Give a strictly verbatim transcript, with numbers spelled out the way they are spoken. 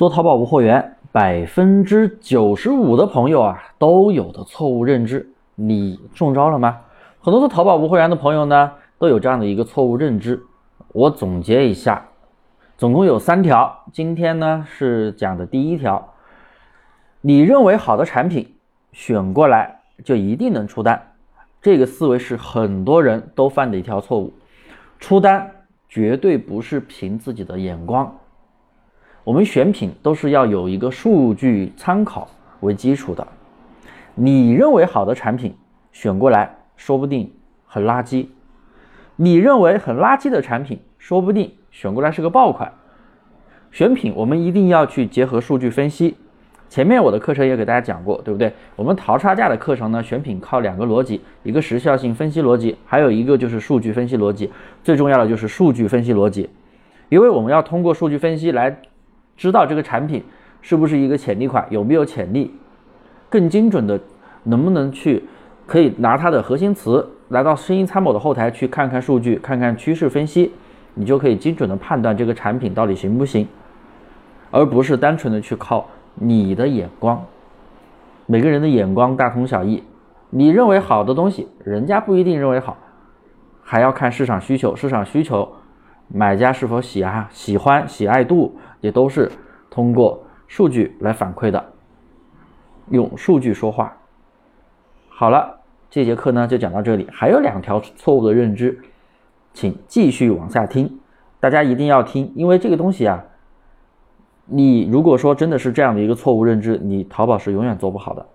做淘宝无货源，百分之九十五的朋友啊都有的错误认知，你中招了吗？很多做淘宝无货源的朋友呢，都有这样的一个错误认知。我总结一下，总共有三条。今天呢是讲的第一条，你认为好的产品选过来就一定能出单，这个思维是很多人都犯的一条错误。出单绝对不是凭自己的眼光，我们选品都是要有一个数据参考为基础的。你认为好的产品选过来说不定很垃圾，你认为很垃圾的产品说不定选过来是个爆款。选品我们一定要去结合数据分析，前面我的课程也给大家讲过，对不对？我们淘差价的课程呢，选品靠两个逻辑，一个时效性分析逻辑，还有一个就是数据分析逻辑。最重要的就是数据分析逻辑，因为我们要通过数据分析来知道这个产品是不是一个潜力款，有没有潜力，更精准的能不能去可以拿它的核心词来到声音参谋的后台去看看数据，看看趋势分析，你就可以精准的判断这个产品到底行不行，而不是单纯的去靠你的眼光。每个人的眼光大同小异，你认为好的东西人家不一定认为好，还要看市场需求，市场需求买家是否喜爱喜欢喜爱度也都是通过数据来反馈的，用数据说话。好了，这节课呢就讲到这里，还有两条错误的认知，请继续往下听，大家一定要听，因为这个东西啊，你如果说真的是这样的一个错误认知，你淘宝是永远做不好的。